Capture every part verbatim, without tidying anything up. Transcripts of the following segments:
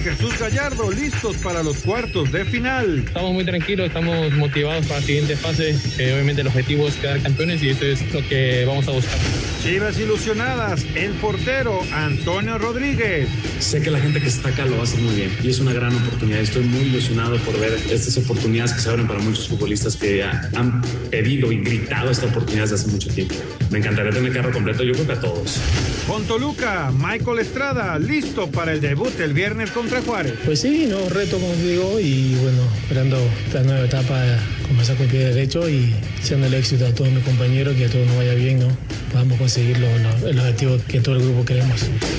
Jesús Gallardo, listos para los cuartos de final. Estamos muy tranquilos, estamos motivados para la siguiente fase. Eh, obviamente el objetivo es quedar campeones y eso es lo que vamos a buscar. Chivas ilusionadas, el portero Antonio Rodríguez. Sé que la gente que está acá lo va a hacer muy bien y es una gran oportunidad. Estoy muy ilusionado por ver estas oportunidades que se abren para muchos futbolistas que han pedido y gritado esta oportunidad desde hace mucho tiempo. Me encantaría tener carro completo, yo creo que a todos. Con Toluca, Michael Estrada, listo para el debut el viernes contra Juárez. Pues sí, no, reto como te digo y bueno, esperando esta nueva etapa, comenzar con el pie derecho y siendo el éxito a todos mis compañeros, que a todos nos vaya bien, ¿no? Vamos a conseguir lo, lo, el objetivo que todo el grupo queremos.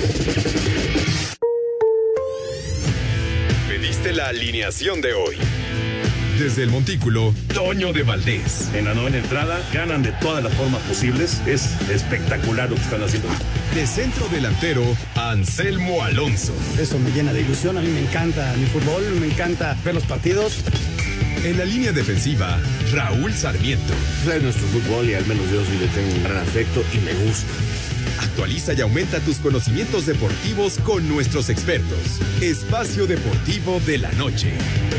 Pediste la alineación de hoy. Desde el Montículo, Toño de Valdés. En la novena entrada, ganan de todas las formas posibles. Es espectacular lo que están haciendo. De centro delantero, Anselmo Alonso. Eso me llena de ilusión. A mí me encanta mi fútbol, me encanta ver los partidos. En la línea defensiva, Raúl Sarmiento. Es nuestro fútbol y al menos yo sí le tengo un gran afecto y me gusta. Actualiza y aumenta tus conocimientos deportivos con nuestros expertos. Espacio Deportivo de la Noche.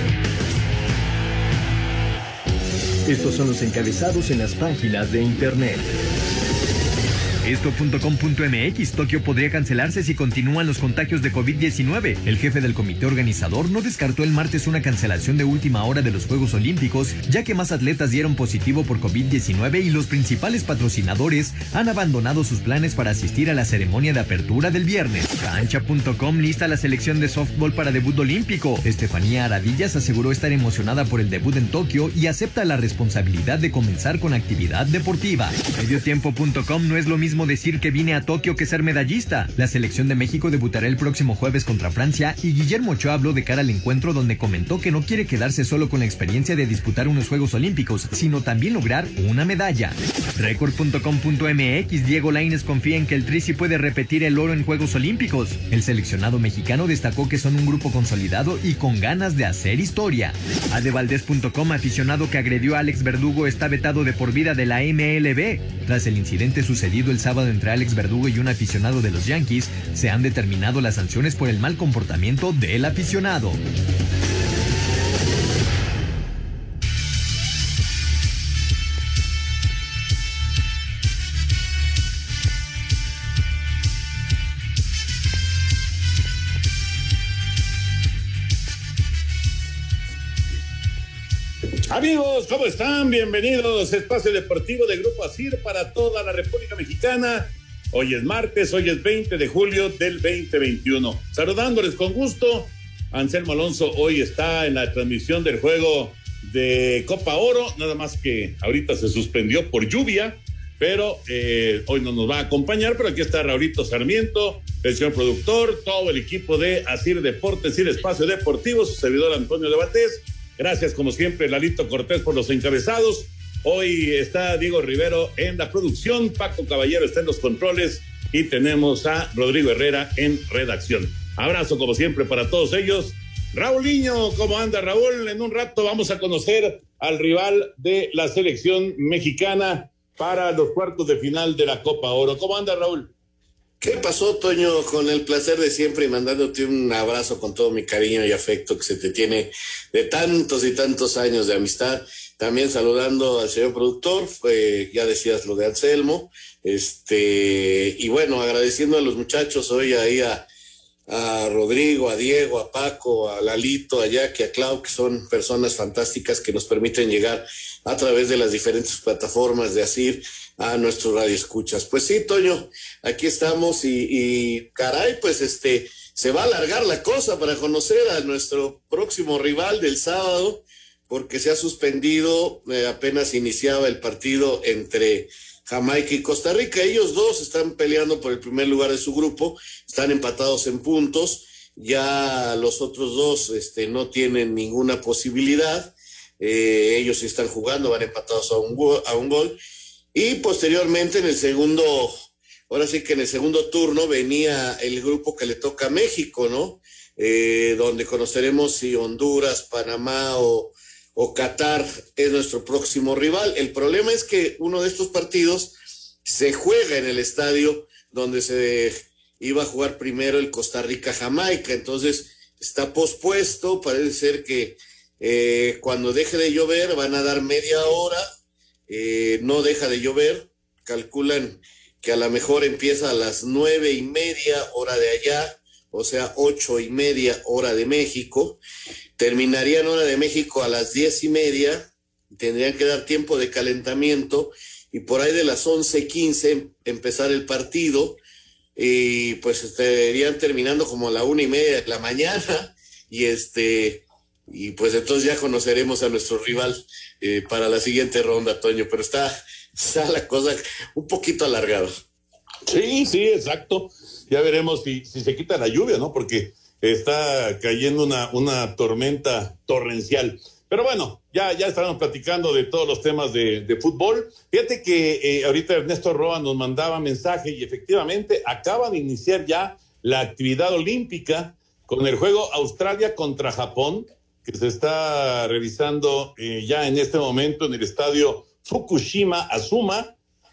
Estos son los encabezados en las páginas de internet. Esto punto com punto m x, Tokio podría cancelarse si continúan los contagios de covid diecinueve. El jefe del comité organizador no descartó el martes una cancelación de última hora de los Juegos Olímpicos, ya que más atletas dieron positivo por covid diecinueve y los principales patrocinadores han abandonado sus planes para asistir a la ceremonia de apertura del viernes. Cancha punto com lista la selección de softball para debut olímpico. Estefanía Aradillas aseguró estar emocionada por el debut en Tokio y acepta la responsabilidad de comenzar con actividad deportiva. Mediotiempo punto com no es lo mismo decir que vine a Tokio que ser medallista. La selección de México debutará el próximo jueves contra Francia y Guillermo Ochoa habló de cara al encuentro donde comentó que no quiere quedarse solo con la experiencia de disputar unos Juegos Olímpicos, sino también lograr una medalla. Record punto com punto m x, Diego Lainez confía en que el Tri sí puede repetir el oro en Juegos Olímpicos. El seleccionado mexicano destacó que son un grupo consolidado y con ganas de hacer historia. Adevaldez punto com, aficionado que agredió a Alex Verdugo está vetado de por vida de la M L B. Tras el incidente sucedido el sábado entre Alex Verdugo y un aficionado de los Yankees, se han determinado las sanciones por el mal comportamiento del aficionado. Amigos, ¿cómo están? Bienvenidos a Espacio Deportivo de Grupo ASIR para toda la República Mexicana. Hoy es martes, hoy es veinte de julio del veinte veintiuno. Saludándoles con gusto. Anselmo Alonso hoy está en la transmisión del juego de Copa Oro, nada más que ahorita se suspendió por lluvia, pero eh, hoy no nos va a acompañar, pero aquí está Raulito Sarmiento, el señor productor, todo el equipo de ASIR Deportes y el Espacio Deportivo, su servidor Antonio de Valdés. Gracias, como siempre, Lalito Cortés por los encabezados. Hoy está Diego Rivero en la producción, Paco Caballero está en los controles y tenemos a Rodrigo Herrera en redacción. Abrazo, como siempre, para todos ellos. Raulinho, ¿cómo anda, Raúl? En un rato vamos a conocer al rival de la selección mexicana para los cuartos de final de la Copa Oro. ¿Cómo anda, Raúl? ¿Qué pasó, Toño? Con el placer de siempre y mandándote un abrazo con todo mi cariño y afecto que se te tiene de tantos y tantos años de amistad. También saludando al señor productor, eh, ya decías lo de Anselmo, este, y bueno, agradeciendo a los muchachos hoy ahí a, a Rodrigo, a Diego, a Paco, a Lalito, a Jackie, a Clau, que son personas fantásticas que nos permiten llegar a través de las diferentes plataformas de ASIR a nuestros radioescuchas. Pues sí, Toño, aquí estamos y, y caray, pues este, se va a alargar la cosa para conocer a nuestro próximo rival del sábado, porque se ha suspendido, eh, apenas iniciaba el partido entre Jamaica y Costa Rica. Ellos dos están peleando por el primer lugar de su grupo, están empatados en puntos, ya los otros dos este, no tienen ninguna posibilidad, eh, ellos sí están jugando, van empatados a un, go- a un gol, y posteriormente en el segundo, ahora sí que en el segundo turno venía el grupo que le toca a México, ¿no? Eh, donde conoceremos si Honduras, Panamá o, o Qatar es nuestro próximo rival. El problema es que uno de estos partidos se juega en el estadio donde se iba a jugar primero el Costa Rica-Jamaica, entonces está pospuesto, parece ser que eh, cuando deje de llover van a dar media hora, eh, no deja de llover, calculan que a lo mejor empieza a las nueve y media hora de allá, o sea, ocho y media hora de México, terminaría en hora de México a las diez y media, tendrían que dar tiempo de calentamiento, y por ahí de las once quince empezar el partido, y pues estarían terminando como a la una y media de la mañana, y este, y pues entonces ya conoceremos a nuestro rival eh, para la siguiente ronda, Toño, pero está, está la cosa un poquito alargada. Sí, sí, exacto. Ya veremos si, si se quita la lluvia, ¿no? Porque está cayendo una, una tormenta torrencial. Pero bueno, ya, ya estaremos platicando de todos los temas de, de fútbol. Fíjate que eh, ahorita Ernesto Roa nos mandaba mensaje y efectivamente acaban de iniciar ya la actividad olímpica con el juego Australia contra Japón, que se está realizando eh, ya en este momento en el estadio Fukushima Azuma.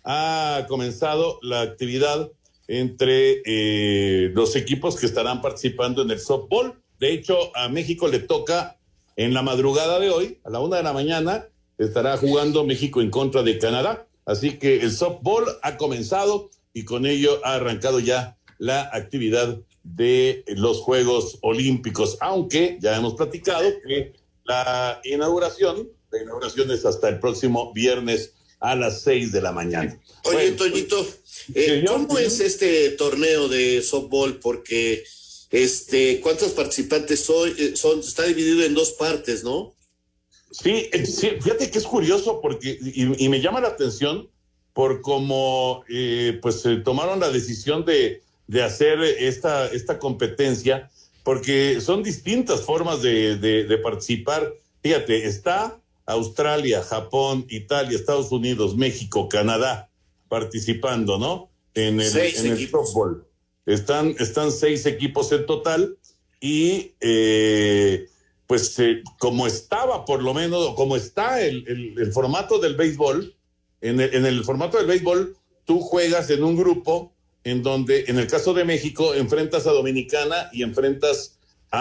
Ha comenzado la actividad entre eh, los equipos que estarán participando en el softball. De hecho, a México le toca en la madrugada de hoy, a la una de la mañana, estará jugando México en contra de Canadá. Así que el softball ha comenzado y con ello ha arrancado ya la actividad de los Juegos Olímpicos, aunque ya hemos platicado que la inauguración, la inauguración es hasta el próximo viernes a las seis de la mañana. Oye, bueno, Toñito, eh, ¿cómo ¿sí? es este torneo de softball? Porque, este, ¿cuántos participantes soy, son? Está dividido en dos partes, ¿no? Sí, sí, fíjate que es curioso porque, y, y me llama la atención por cómo, eh, pues, eh, tomaron la decisión de, de hacer esta, esta competencia, porque son distintas formas de, de, de participar. Fíjate, está Australia, Japón, Italia, Estados Unidos, México, Canadá participando, ¿no? En el, en el softball. Están, están seis equipos en total y eh, pues eh, como estaba por lo menos, como está el, el, el formato del béisbol, en el, en el formato del béisbol tú juegas en un grupo en donde, en el caso de México, enfrentas a Dominicana y enfrentas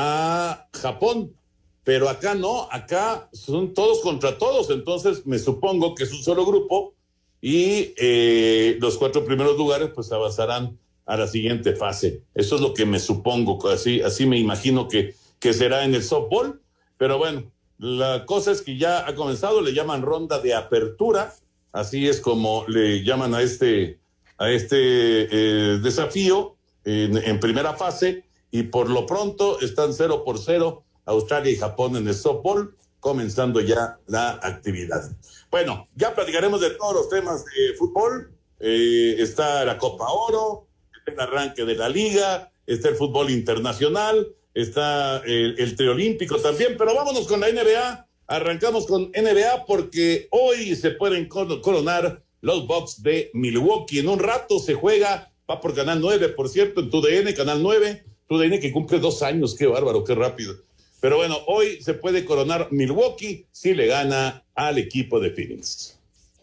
a Japón. Pero acá no, acá son todos contra todos, entonces me supongo que es un solo grupo y eh, los cuatro primeros lugares pues avanzarán a la siguiente fase. Eso es lo que me supongo, así, así me imagino que, que será en el softball, pero bueno, la cosa es que ya ha comenzado, le llaman ronda de apertura, así es como le llaman a este, a este eh, desafío en, en primera fase, y por lo pronto están cero por cero Australia y Japón en el softball, comenzando ya la actividad. Bueno, ya platicaremos de todos los temas de fútbol. Eh, está la Copa Oro, está el arranque de la Liga, está el fútbol internacional, está el, el triolímpico también, pero vámonos con la N B A. Arrancamos con N B A porque hoy se pueden coronar los Bucks de Milwaukee. En un rato se juega, va por Canal nueve, por cierto, en T U D N, Canal nueve, T U D N que cumple dos años, qué bárbaro, qué rápido. Pero bueno, hoy se puede coronar Milwaukee si le gana al equipo de Phoenix.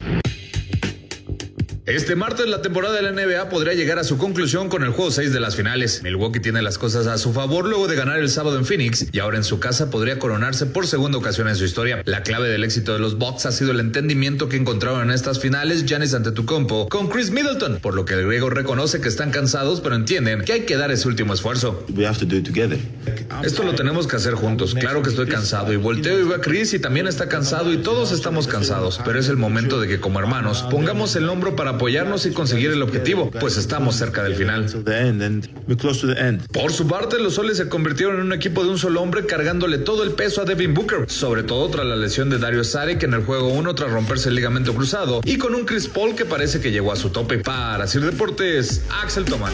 Este martes la temporada de la N B A podría llegar a su conclusión con el juego seis de las finales. Milwaukee tiene las cosas a su favor luego de ganar el sábado en Phoenix y ahora en su casa podría coronarse por segunda ocasión en su historia. La clave del éxito de los Bucks ha sido el entendimiento que encontraron en estas finales Giannis Antetokounmpo con Chris Middleton, por lo que el griego reconoce que están cansados pero entienden que hay que dar ese último esfuerzo. Esto lo tenemos que hacer juntos. Claro que estoy cansado y volteo y veo a Chris y también está cansado y todos estamos cansados, pero es el momento de que como hermanos pongamos el hombro para apoyarnos y conseguir el objetivo, pues estamos cerca del final. Por su parte, los Soles se convirtieron en un equipo de un solo hombre cargándole todo el peso a Devin Booker, sobre todo tras la lesión de Dario Saric en el juego uno tras romperse el ligamento cruzado y con un Chris Paul que parece que llegó a su tope. Para Sir Deportes, Axel Tomán.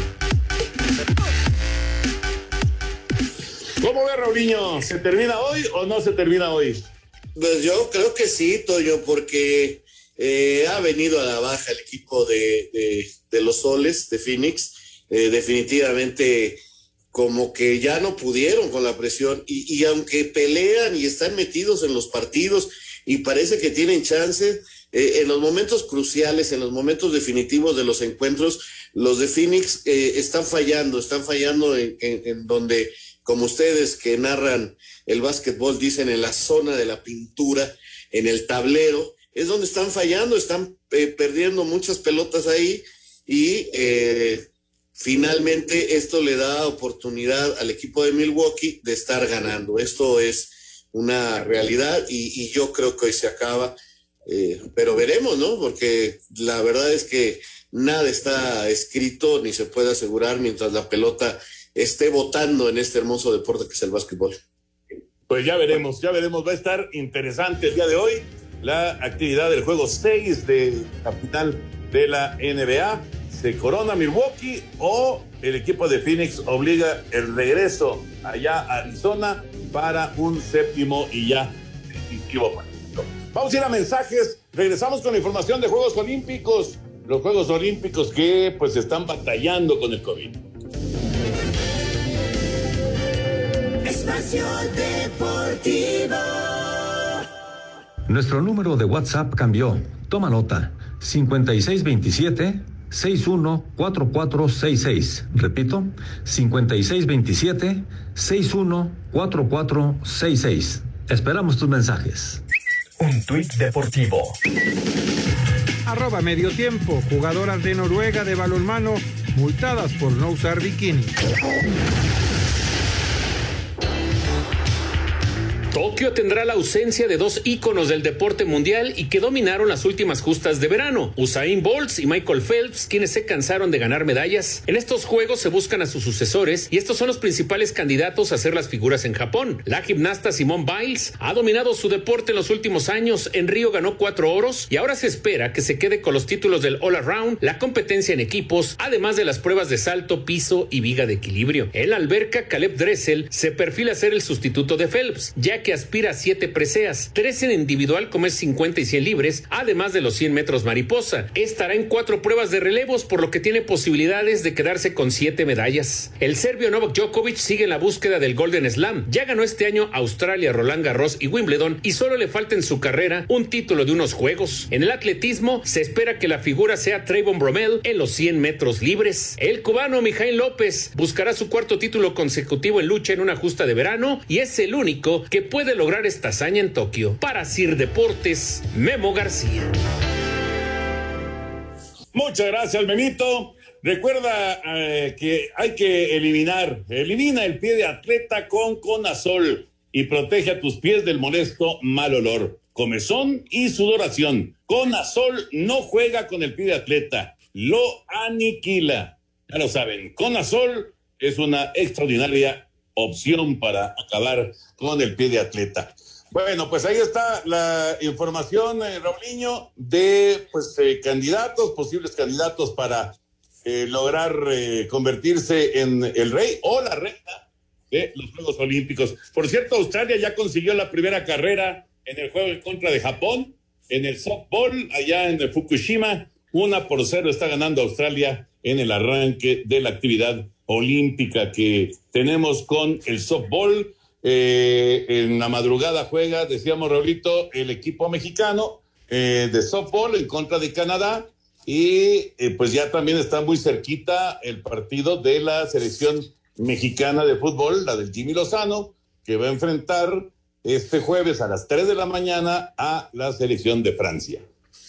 ¿Cómo ve, Raulinho? ¿Se termina hoy o no se termina hoy? Pues yo creo que sí, Toño, porque Eh, ha venido a la baja el equipo de, de, de los Soles de Phoenix, eh, definitivamente como que ya no pudieron con la presión y, y aunque pelean y están metidos en los partidos y parece que tienen chance, eh, en los momentos cruciales, en los momentos definitivos de los encuentros, los de Phoenix eh, están fallando, están fallando en, en, en donde, como ustedes que narran el básquetbol dicen, en la zona de la pintura, en el tablero, es donde están fallando, están eh, perdiendo muchas pelotas ahí y eh, finalmente esto le da oportunidad al equipo de Milwaukee de estar ganando. Esto es una realidad y, y yo creo que hoy se acaba, eh, pero veremos, ¿no? Porque la verdad es que nada está escrito ni se puede asegurar mientras la pelota esté botando en este hermoso deporte que es el básquetbol. Pues ya veremos, ya veremos, va a estar interesante el día de hoy la actividad del juego seis de la final de la N B A. ¿Se corona Milwaukee o el equipo de Phoenix obliga el regreso allá a Arizona para un séptimo y ya definitivo partido? Vamos a ir a mensajes, regresamos con la información de Juegos Olímpicos, los Juegos Olímpicos que pues están batallando con el COVID. Espacio Deportivo. Nuestro número de WhatsApp cambió. Toma nota. cincuenta y seis veintisiete, sesenta y uno cuarenta y cuatro sesenta y seis. Repito, cincuenta y seis veintisiete, sesenta y uno cuarenta y cuatro sesenta y seis. Esperamos tus mensajes. Un tuit deportivo. Arroba medio tiempo. Jugadoras de Noruega de balonmano multadas por no usar bikini. Tokio tendrá la ausencia de dos íconos del deporte mundial y que dominaron las últimas justas de verano, Usain Bolt y Michael Phelps, quienes se cansaron de ganar medallas. En estos juegos se buscan a sus sucesores y estos son los principales candidatos a ser las figuras en Japón. La gimnasta Simone Biles ha dominado su deporte en los últimos años. En Río ganó cuatro oros y ahora se espera que se quede con los títulos del All Around, la competencia en equipos, además de las pruebas de salto, piso y viga de equilibrio. En la alberca, Caleb Dressel se perfila a ser el sustituto de Phelps, ya que que aspira a siete preseas, tres en individual como es cincuenta y cien libres, además de los cien metros mariposa. Estará en cuatro pruebas de relevos, por lo que tiene posibilidades de quedarse con siete medallas. El serbio Novak Djokovic sigue en la búsqueda del Golden Slam. Ya ganó este año Australia, Roland Garros y Wimbledon y solo le falta en su carrera un título de unos juegos. En el atletismo se espera que la figura sea Trayvon Bromell en los cien metros libres. El cubano Mijail López buscará su cuarto título consecutivo en lucha en una justa de verano y es el único que puede de lograr esta hazaña en Tokio. Para Sir Deportes, Memo García. Muchas gracias, Memito. Recuerda eh, que hay que eliminar, elimina el pie de atleta con Conazol y protege a tus pies del molesto mal olor, comezón y sudoración. Conazol no juega con el pie de atleta, lo aniquila. Ya lo saben, Conazol es una extraordinaria opción para acabar con el pie de atleta. Bueno, pues ahí está la información, eh, Raulinho, de pues eh, candidatos, posibles candidatos para eh, lograr eh, convertirse en el rey o la reina de los Juegos Olímpicos. Por cierto, Australia ya consiguió la primera carrera en el juego en contra de Japón, en el softball, allá en Fukushima, una por cero está ganando Australia en el arranque de la actividad olímpica que tenemos con el softball. Eh, en la madrugada juega, decíamos, Raulito, el equipo mexicano eh, de softball en contra de Canadá y eh, pues ya también está muy cerquita el partido de la selección mexicana de fútbol, la del Jimmy Lozano, que va a enfrentar este jueves a las tres de la mañana a la selección de Francia.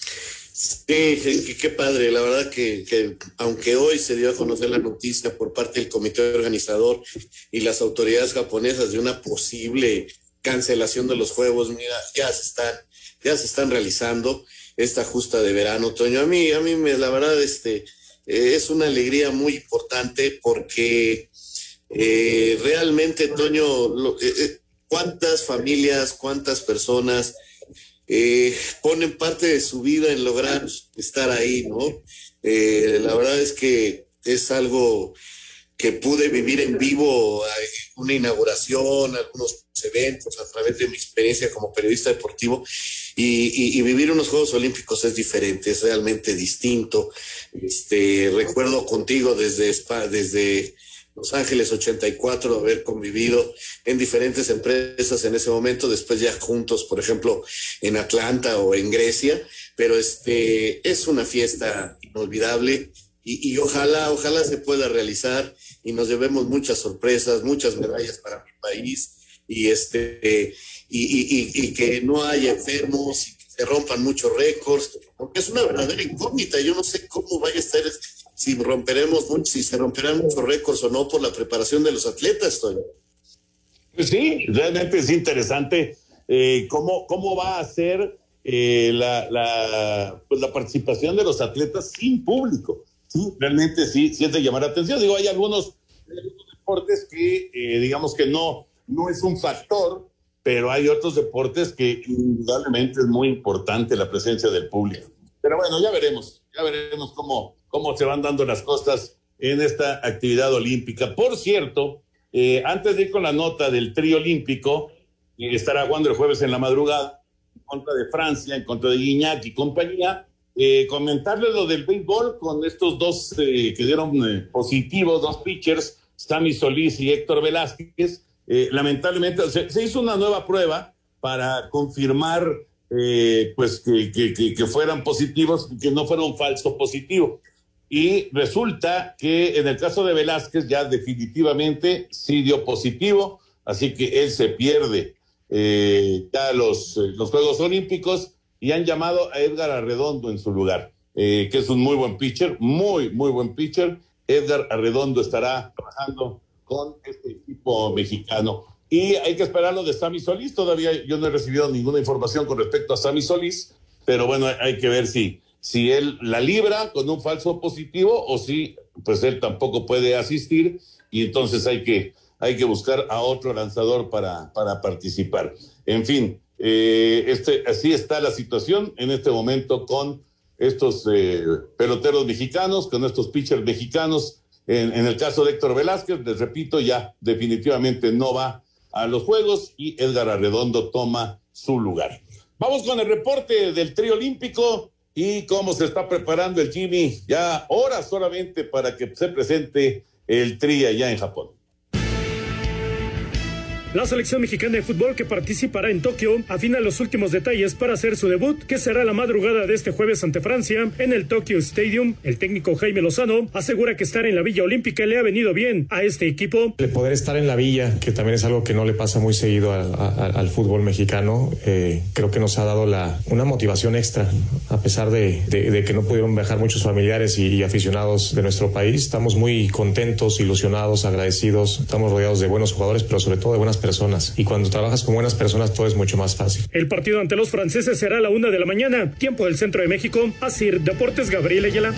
Sí, qué, qué padre, la verdad que, que aunque hoy se dio a conocer la noticia por parte del comité organizador y las autoridades japonesas de una posible cancelación de los juegos, mira, ya se están, ya se están realizando esta justa de verano, Toño. A mí, a mí me, la verdad, este, eh, es una alegría muy importante porque eh, realmente, Toño, lo, eh, eh, cuántas familias, cuántas personas Eh, ponen parte de su vida en lograr estar ahí, ¿no? Eh, la verdad es que es algo que pude vivir en vivo, una inauguración, algunos eventos a través de mi experiencia como periodista deportivo y, y, y vivir unos Juegos Olímpicos es diferente, es realmente distinto. Este, recuerdo contigo desde Spa, desde Los Ángeles ochenta y cuatro, haber convivido en diferentes empresas en ese momento, después ya juntos, por ejemplo, en Atlanta o en Grecia, pero este es una fiesta inolvidable y, y ojalá, ojalá se pueda realizar y nos llevemos muchas sorpresas, muchas medallas para mi país y este y, y, y, y que no haya enfermos y que se rompan muchos récords, porque es una verdadera incógnita. Yo no sé cómo vaya a estar, si romperemos mucho, si se romperán muchos récords o no por la preparación de los atletas, Toño. Pues sí, realmente es interesante eh, cómo, cómo va a ser eh, la, la, pues la participación de los atletas sin público. Sí, realmente sí, sí es de llamar la atención. Digo, hay algunos, hay algunos deportes que eh, digamos que no, no es un factor, pero hay otros deportes que indudablemente es muy importante la presencia del público. Pero bueno, ya veremos, ya veremos cómo, cómo se van dando las cosas en esta actividad olímpica. Por cierto, Eh, antes de ir con la nota del trío olímpico, eh, estará jugando el jueves en la madrugada en contra de Francia, en contra de Guiñac y compañía. Eh, comentarles lo del béisbol con estos dos eh, que dieron eh, positivos, dos pitchers, Sammy Solís y Héctor Velázquez. Eh, lamentablemente se, se hizo una nueva prueba para confirmar eh, pues que, que, que, que fueran positivos, que no fuera un falso positivo. Y resulta que en el caso de Velázquez ya definitivamente sí dio positivo, así que él se pierde eh, ya los, eh, los Juegos Olímpicos y han llamado a Edgar Arredondo en su lugar, eh, que es un muy buen pitcher, muy, muy buen pitcher. Edgar Arredondo estará trabajando con este equipo mexicano. Y hay que esperar lo de Sammy Solís. Todavía yo no he recibido ninguna información con respecto a Sammy Solís, pero bueno, hay que ver si... si él la libra con un falso positivo o si pues él tampoco puede asistir y entonces hay que, hay que buscar a otro lanzador para, para participar. En fin, eh, este, así está la situación en este momento con estos eh, peloteros mexicanos, con estos pitchers mexicanos. En, en el caso de Héctor Velázquez, les repito, ya definitivamente no va a los Juegos y Edgar Arredondo toma su lugar. Vamos con el reporte del trío olímpico. Y cómo se está preparando el Jimmy, ya horas solamente para que se presente el Tri allá en Japón. La selección mexicana de fútbol que participará en Tokio afina los últimos detalles para hacer su debut, que será la madrugada de este jueves ante Francia en el Tokyo Stadium. El técnico Jaime Lozano asegura que estar en la Villa Olímpica le ha venido bien a este equipo. El poder estar en la Villa, que también es algo que no le pasa muy seguido al, al, al fútbol mexicano, eh, creo que nos ha dado la, una motivación extra, a pesar de, de, de que no pudieron viajar muchos familiares y, y aficionados de nuestro país. Estamos muy contentos, ilusionados, agradecidos, estamos rodeados de buenos jugadores, pero sobre todo de buenas personas, y cuando trabajas con buenas personas todo es mucho más fácil. El partido ante los franceses será a la una de la mañana, tiempo del centro de México. Asir Deportes, Gabriel Ayala.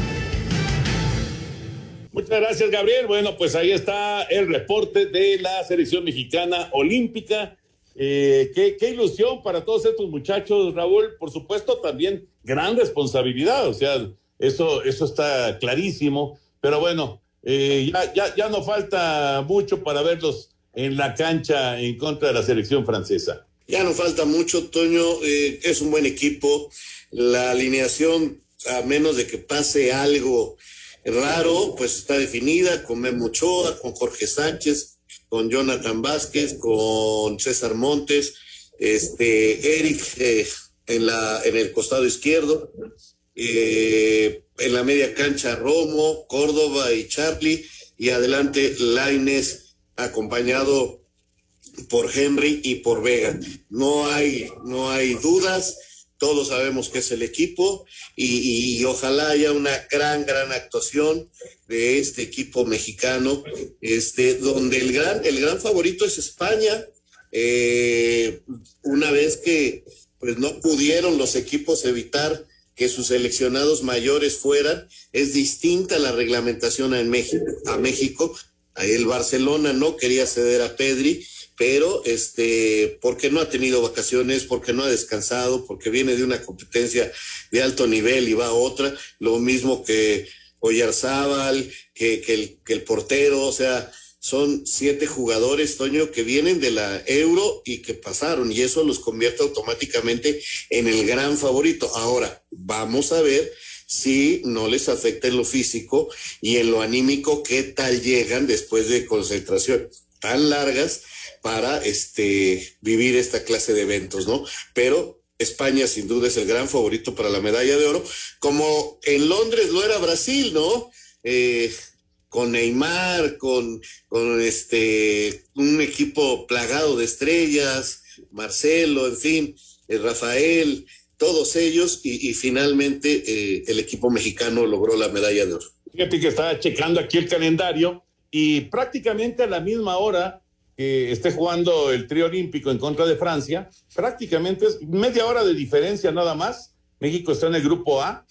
Muchas gracias, Gabriel. Bueno, pues ahí está el reporte de la selección mexicana olímpica. Eh, qué, qué ilusión para todos estos muchachos, Raúl. Por supuesto, también gran responsabilidad, o sea, eso, eso está clarísimo, pero bueno, eh, ya, ya, ya no falta mucho para verlos en la cancha en contra de la selección francesa. Ya no falta mucho, Toño, eh, es un buen equipo. La alineación, a menos de que pase algo raro, pues está definida con Memo Ochoa, con Jorge Sánchez, con Jonathan Vázquez, con César Montes, este Eric eh, en la en el costado izquierdo, eh, en la media cancha Romo, Córdoba y Charlie, y adelante Lainez, acompañado por Henry y por Vega. No hay, no hay dudas, todos sabemos que es el equipo y, y, y ojalá haya una gran, gran actuación de este equipo mexicano, este, donde el gran, el gran favorito es España. Eh, una vez que pues no pudieron los equipos evitar que sus seleccionados mayores fueran, es distinta la reglamentación en México, a México. El Barcelona no quería ceder a Pedri, pero este, porque no ha tenido vacaciones, porque no ha descansado, porque viene de una competencia de alto nivel y va a otra, lo mismo que Oyarzábal, que, que, el, que el portero, o sea, son siete jugadores, Toño, que vienen de la Euro y que pasaron, y eso los convierte automáticamente en el gran favorito. Ahora, vamos a ver si no les afecta en lo físico y en lo anímico, qué tal llegan después de concentraciones tan largas para este vivir esta clase de eventos, ¿no? Pero España sin duda es el gran favorito para la medalla de oro, como en Londres lo era Brasil, ¿no? eh, con Neymar, con, con este, un equipo plagado de estrellas, Marcelo, en fin, eh, Rafael, todos ellos, y, y finalmente eh, el equipo mexicano logró la medalla de oro. Fíjate que estaba checando aquí el calendario y prácticamente a la misma hora que esté jugando el trío olímpico en contra de Francia, prácticamente es media hora de diferencia nada más. México está en el grupo A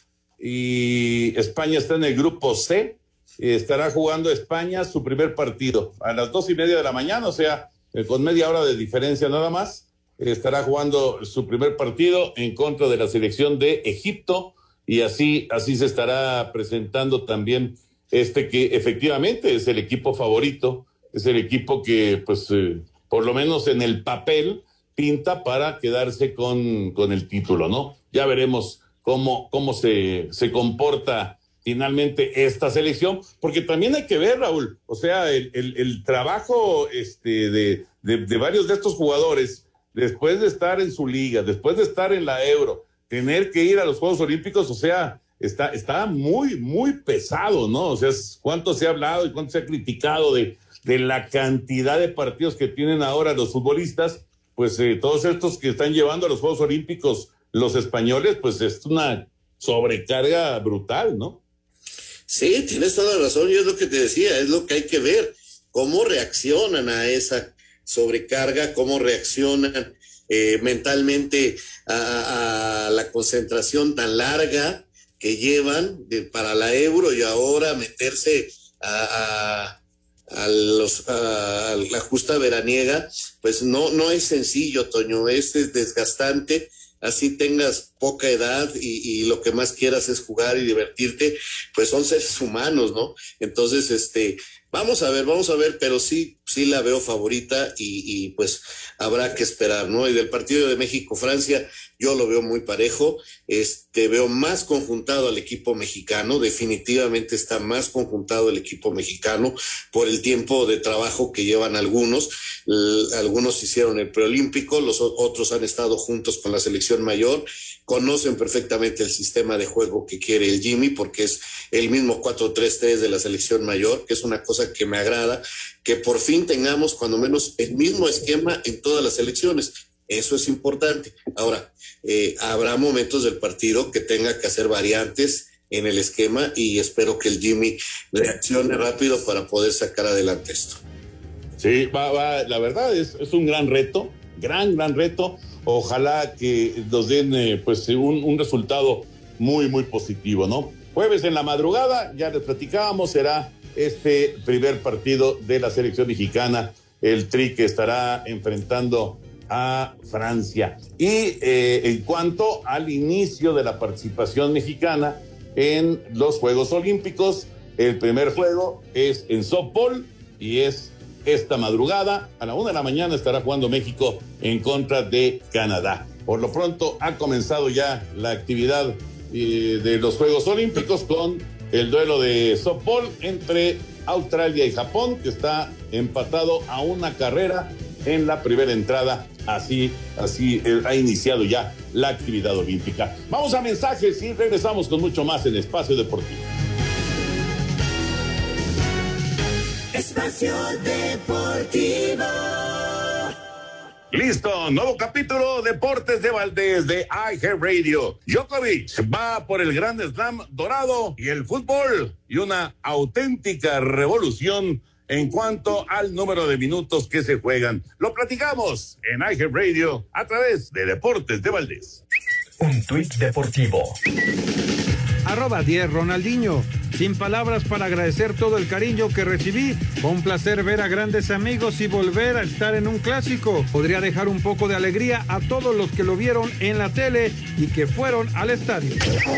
y España está en el grupo C. Estará jugando España su primer partido a las dos y media de la mañana, o sea, con media hora de diferencia nada más. Estará jugando su primer partido en contra de la selección de Egipto y así, así se estará presentando también este que efectivamente es el equipo favorito, es el equipo que pues eh, por lo menos en el papel pinta para quedarse con, con el título, ¿no? Ya veremos cómo, cómo se, se comporta finalmente esta selección, porque también hay que ver, Raúl, o sea, el, el, el trabajo este, de, de, de varios de estos jugadores después de estar en su liga, después de estar en la Euro, tener que ir a los Juegos Olímpicos, o sea, está, está muy, muy pesado, ¿no? O sea, cuánto se ha hablado y cuánto se ha criticado de, de la cantidad de partidos que tienen ahora los futbolistas, pues eh, todos estos que están llevando a los Juegos Olímpicos los españoles, pues es una sobrecarga brutal, ¿no? Sí, tienes toda la razón, y es lo que te decía, es lo que hay que ver, cómo reaccionan a esa sobrecarga, cómo reaccionan eh, mentalmente a, a la concentración tan larga que llevan de, para la Euro y ahora meterse a, a, a, los, a, a la justa veraniega, pues no, no es sencillo, Toño, es desgastante. Así tengas poca edad y, y lo que más quieras es jugar y divertirte, pues son seres humanos, ¿no? Entonces, este, vamos a ver, vamos a ver, pero sí, sí la veo favorita y, y pues habrá que esperar, ¿no? Y del partido de México-Francia, yo lo veo muy parejo, este, veo más conjuntado al equipo mexicano, definitivamente está más conjuntado el equipo mexicano por el tiempo de trabajo que llevan algunos, L- algunos hicieron el preolímpico, los o- otros han estado juntos con la selección mayor, conocen perfectamente el sistema de juego que quiere el Jimmy, porque es el mismo cuatro tres tres de la selección mayor, que es una cosa que me agrada, que por fin tengamos cuando menos el mismo esquema en todas las selecciones. Eso es importante. Ahora, eh, habrá momentos del partido que tenga que hacer variantes en el esquema y espero que el Jimmy reaccione rápido para poder sacar adelante esto. Sí, va, va, la verdad es, es un gran reto, gran, gran reto. Ojalá que nos den eh, pues un, un resultado muy, muy positivo, ¿no? Jueves en la madrugada, ya les platicábamos, será este primer partido de la selección mexicana, el Tri que estará enfrentando a Francia. Y eh, en cuanto al inicio de la participación mexicana en los Juegos Olímpicos, el primer juego es en softball y es esta madrugada, a la una de la mañana estará jugando México en contra de Canadá. Por lo pronto ha comenzado ya la actividad eh, de los Juegos Olímpicos con el duelo de softball entre Australia y Japón, que está empatado a una carrera en la primera entrada. Así, así eh, ha iniciado ya la actividad olímpica. Vamos a mensajes y regresamos con mucho más en Espacio Deportivo. Espacio Deportivo. Listo, nuevo capítulo Deportes de Valdés de iHeartRadio. Djokovic va por el Grand Slam dorado y el fútbol y una auténtica revolución en cuanto al número de minutos que se juegan. Lo platicamos en iHeartRadio a través de Deportes de Valdés. Un tuit deportivo. Arroba diez Ronaldinho. Sin palabras para agradecer todo el cariño que recibí. Fue un placer ver a grandes amigos y volver a estar en un clásico. Podría dejar un poco de alegría a todos los que lo vieron en la tele y que fueron al estadio.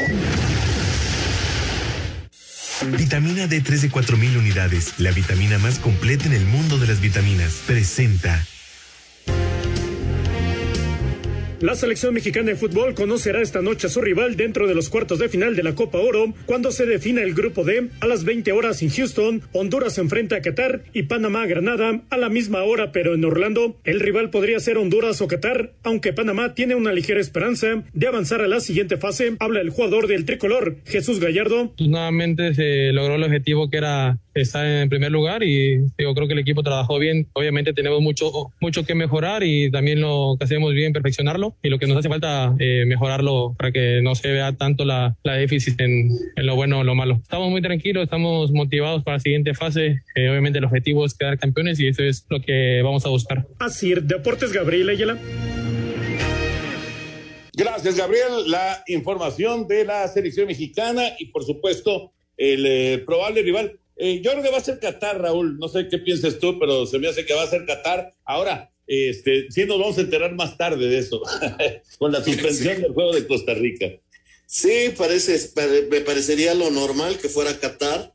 Vitamina D tres de cuatro mil unidades, la vitamina más completa en el mundo de las vitaminas. Presenta. La selección mexicana de fútbol conocerá esta noche a su rival dentro de los cuartos de final de la Copa Oro, cuando se defina el grupo D. A las veinte horas en Houston, Honduras se enfrenta a Qatar y Panamá a Granada a la misma hora, pero en Orlando. El rival podría ser Honduras o Qatar, aunque Panamá tiene una ligera esperanza de avanzar a la siguiente fase. Habla el jugador del tricolor, Jesús Gallardo. Pues nuevamente se logró el objetivo, que era estar en primer lugar, y yo creo que el equipo trabajó bien. Obviamente tenemos mucho, mucho que mejorar, y también lo que hacemos bien, perfeccionarlo, y lo que nos hace falta eh, mejorarlo para que no se vea tanto la, la déficit en, en lo bueno o lo malo. Estamos muy tranquilos, estamos motivados para la siguiente fase. Eh, obviamente el objetivo es quedar campeones y eso es lo que vamos a buscar. Así, Deportes Gabriel Ayala. Gracias, Gabriel. La información de la selección mexicana y, por supuesto, el eh, probable rival. Eh, yo creo que va a ser Qatar, Raúl. No sé qué piensas tú, pero se me hace que va a ser Qatar. Ahora, este, sí nos vamos a enterar más tarde de eso, con la suspensión sí. del juego de Costa Rica. Sí, parece, me parecería lo normal que fuera Qatar,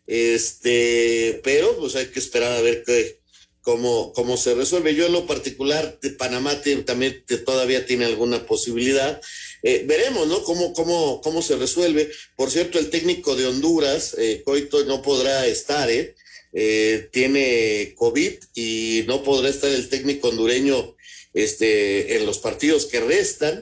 este, pero pues hay que esperar a ver qué, cómo, cómo se resuelve. Yo en lo particular, de Panamá tiene, también te, todavía tiene alguna posibilidad. Eh, veremos, ¿no? Cómo, cómo, cómo se resuelve. Por cierto, el técnico de Honduras, eh, Coito, no podrá estar, ¿eh? Eh, tiene COVID y no podrá estar el técnico hondureño este, en los partidos que restan.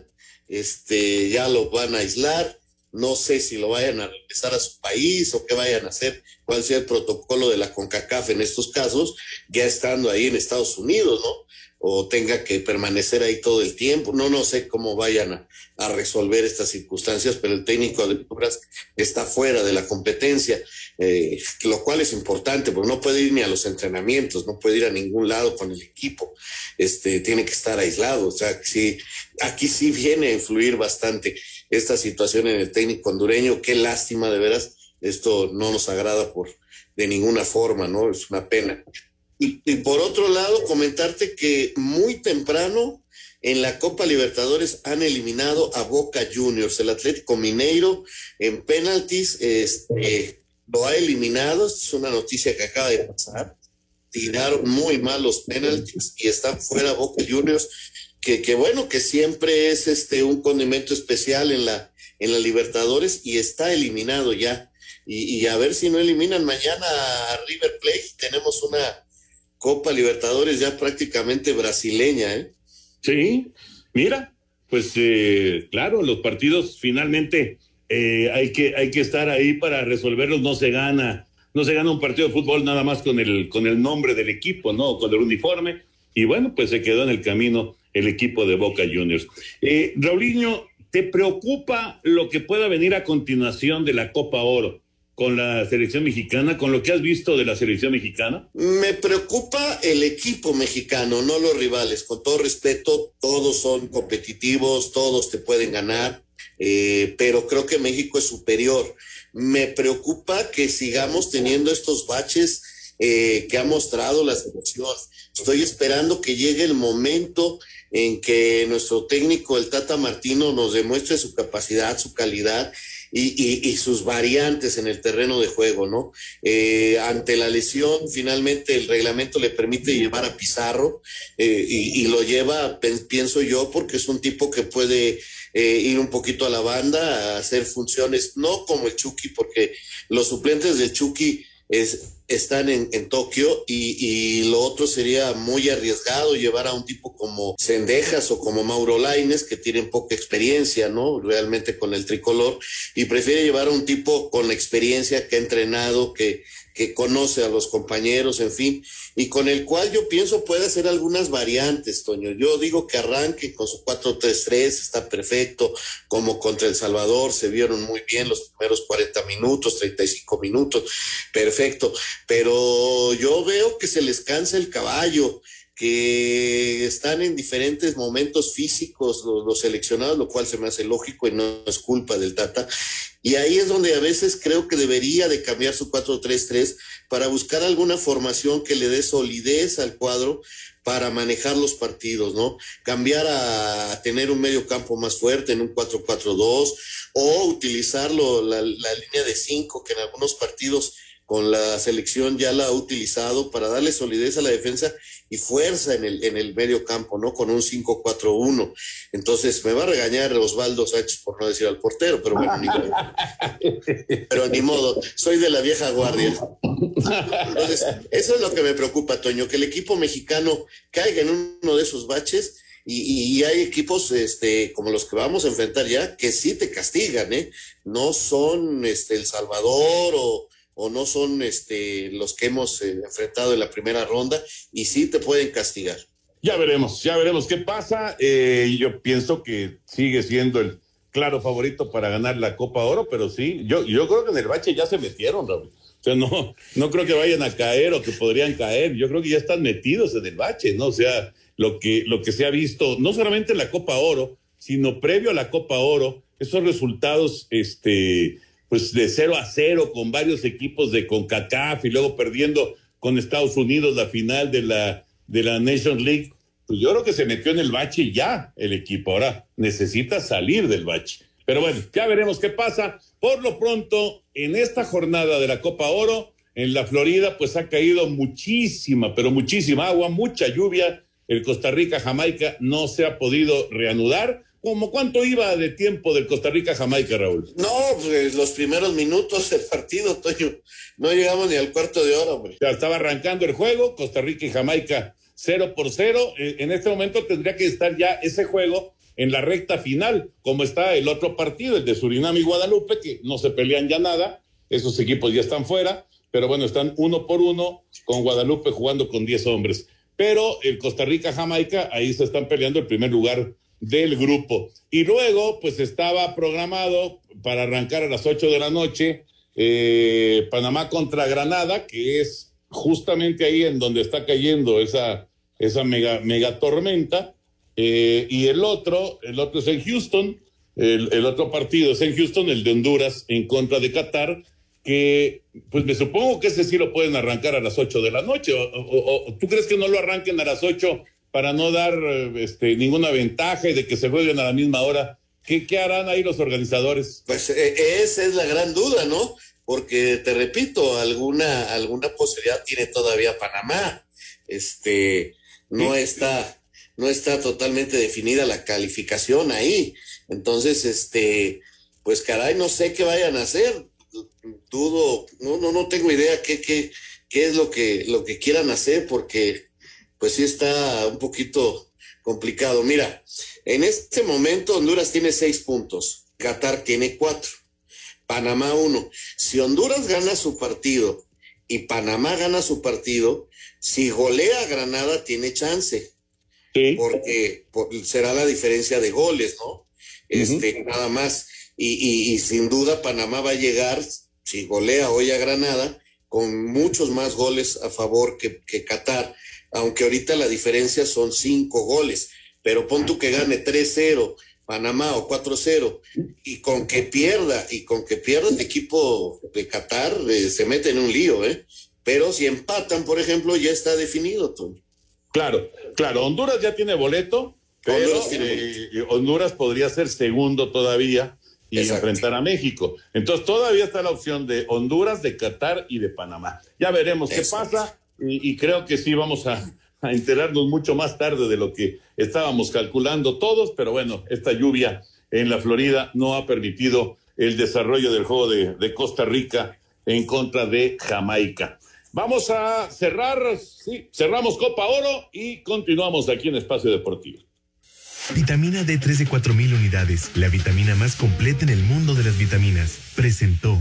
Este, ya lo van a aislar. No sé si lo vayan a regresar a su país o qué vayan a hacer, cuál sea el protocolo de la CONCACAF en estos casos, ya estando ahí en Estados Unidos, ¿no? O tenga que permanecer ahí todo el tiempo. No, no sé cómo vayan a, a resolver estas circunstancias, pero el técnico de Honduras está fuera de la competencia, eh, lo cual es importante, porque no puede ir ni a los entrenamientos, no puede ir a ningún lado con el equipo, este, tiene que estar aislado. O sea, sí, aquí sí viene a influir bastante esta situación en el técnico hondureño. Qué lástima, de veras, esto no nos agrada por de ninguna forma, ¿no? Es una pena. Y, y por otro lado, comentarte que muy temprano en la Copa Libertadores han eliminado a Boca Juniors. El Atlético Mineiro en penaltis este, lo ha eliminado. Esta es una noticia que acaba de pasar. Tiraron muy mal los penaltis y están fuera Boca Juniors, que, que bueno, que siempre es este un condimento especial en la, en la Libertadores, y está eliminado ya. Y, y a ver si no eliminan mañana a River Plate. Tenemos una Copa Libertadores ya prácticamente brasileña, ¿eh? Sí, mira, pues eh, claro, los partidos finalmente eh, hay que hay que estar ahí para resolverlos. No se gana, no se gana un partido de fútbol nada más con el con el nombre del equipo, ¿no? Con el uniforme. Y bueno, pues se quedó en el camino el equipo de Boca Juniors. Eh, Raulinho, ¿te preocupa lo que pueda venir a continuación de la Copa Oro con la selección mexicana, con lo que has visto de la selección mexicana? Me preocupa el equipo mexicano, no los rivales. Con todo respeto, todos son competitivos, todos te pueden ganar, eh, pero creo que México es superior. Me preocupa que sigamos teniendo estos baches eh, que ha mostrado la selección. Estoy esperando que llegue el momento en que nuestro técnico, el Tata Martino, nos demuestre su capacidad, su calidad, Y, y, y sus variantes en el terreno de juego, ¿no? Eh, ante la lesión, finalmente el reglamento le permite llevar a Pizarro eh, y, y lo lleva, pienso yo, porque es un tipo que puede eh, ir un poquito a la banda, a hacer funciones, no como el Chucky, porque los suplentes del Chucky es, están en, en Tokio, y, y lo otro sería muy arriesgado llevar a un tipo como Cendejas o como Mauro Lainez, que tienen poca experiencia, ¿no? Realmente con el tricolor, y prefiere llevar a un tipo con experiencia, que ha entrenado, que, que conoce a los compañeros, en fin, y con el cual yo pienso puede hacer algunas variantes, Toño. Yo digo que arranque con su cuatro tres tres, está perfecto, como contra El Salvador, se vieron muy bien los primeros cuarenta minutos, treinta y cinco minutos, perfecto, pero yo veo que se les cansa el caballo, que están en diferentes momentos físicos los, los seleccionados, lo cual se me hace lógico y no es culpa del Tata. Y ahí es donde a veces creo que debería de cambiar su cuatro tres tres para buscar alguna formación que le dé solidez al cuadro para manejar los partidos, ¿no? Cambiar a, a tener un medio campo más fuerte en un cuatro cuatro dos, o utilizarlo la, la línea de cinco, que en algunos partidos con la selección ya la ha utilizado, para darle solidez a la defensa y fuerza en el, en el medio campo, ¿no? Con un cinco cuatro uno. Entonces me va a regañar Osvaldo Sánchez por no decir al portero, pero bueno, ni modo. Pero ni modo, soy de la vieja guardia. Entonces, eso es lo que me preocupa, Toño, que el equipo mexicano caiga en uno de esos baches. Y, y hay equipos este, como los que vamos a enfrentar ya que sí te castigan, ¿eh? No son este, El Salvador o, o no son este, los que hemos eh, enfrentado en la primera ronda y sí te pueden castigar. Ya veremos, ya veremos qué pasa. Eh, yo pienso que sigue siendo el claro favorito para ganar la Copa Oro, pero sí, yo, yo creo que en el bache ya se metieron, Raúl. O sea, no, no creo que vayan a caer o que podrían caer. Yo creo que ya están metidos en el bache, ¿no? O sea, lo que, lo que se ha visto, no solamente en la Copa Oro, sino previo a la Copa Oro, esos resultados, este, pues de cero a cero con varios equipos de CONCACAF y luego perdiendo con Estados Unidos la final de la, de la Nations League, pues yo creo que se metió en el bache ya el equipo. Ahora necesita salir del bache. Pero bueno, ya veremos qué pasa. Por lo pronto, en esta jornada de la Copa Oro, en la Florida, pues ha caído muchísima, pero muchísima agua, mucha lluvia. El Costa Rica-Jamaica no se ha podido reanudar. ¿Cómo cuánto iba de tiempo del Costa Rica-Jamaica, Raúl? No, pues los primeros minutos del partido, Toño. No llegamos ni al cuarto de hora, hombre. Ya estaba arrancando el juego, Costa Rica y Jamaica cero por cero. En este momento tendría que estar ya ese juego en la recta final, como está el otro partido, el de Surinam y Guadalupe, que no se pelean ya nada. Esos equipos ya están fuera, pero bueno, están uno por uno, con Guadalupe jugando con diez hombres. Pero el Costa Rica-Jamaica, ahí se están peleando el primer lugar del grupo. Y luego, pues estaba programado para arrancar a las ocho de la noche, eh, Panamá contra Granada, que es justamente ahí en donde está cayendo esa, esa mega, mega tormenta. Eh, y el otro, el otro es en Houston, el, el otro partido es en Houston, el de Honduras en contra de Qatar, que pues me supongo que ese sí lo pueden arrancar a las ocho de la noche, o, o, o ¿tú crees que no lo arranquen a las ocho para no dar este, ninguna ventaja y de que se jueguen a la misma hora? ¿Qué, qué harán ahí los organizadores? Pues eh, esa es la gran duda, ¿no? Porque te repito, alguna, alguna posibilidad tiene todavía Panamá. Este, no sí. está, no está totalmente definida la calificación ahí. Entonces, este, pues caray, no sé qué vayan a hacer. Dudo, no, no, no tengo idea qué, qué, qué es lo que, lo que quieran hacer, porque pues sí está un poquito complicado. Mira, en este momento Honduras tiene seis puntos, Qatar tiene cuatro, Panamá uno. Si Honduras gana su partido y Panamá gana su partido, si golea a Granada tiene chance, sí. porque por, será la diferencia de goles, ¿no? Este, uh-huh. Nada más. Y, y, y sin duda Panamá va a llegar, si golea hoy a Granada, con muchos más goles a favor que, que Qatar, aunque ahorita la diferencia son cinco goles, pero pon tú que gane tres cero Panamá o cuatro cero, y con que pierda, y con que pierda el equipo de Qatar, eh, se mete en un lío, ¿eh? Pero si empatan, por ejemplo, ya está definido, Tony. Claro, claro, Honduras ya tiene boleto, pero Honduras, tiene eh, boleto. Honduras podría ser segundo todavía, y Exacto. enfrentar a México. Entonces todavía está la opción de Honduras, de Qatar y de Panamá. Ya veremos qué Exacto. pasa y, y creo que sí vamos a, a enterarnos mucho más tarde de lo que estábamos calculando todos, pero bueno, esta lluvia en la Florida no ha permitido el desarrollo del juego de, de Costa Rica en contra de Jamaica. Vamos a cerrar, sí, cerramos Copa Oro y continuamos aquí en Espacio Deportivo. Vitamina D tres de cuatro mil unidades, la vitamina más completa en el mundo de las vitaminas, presentó.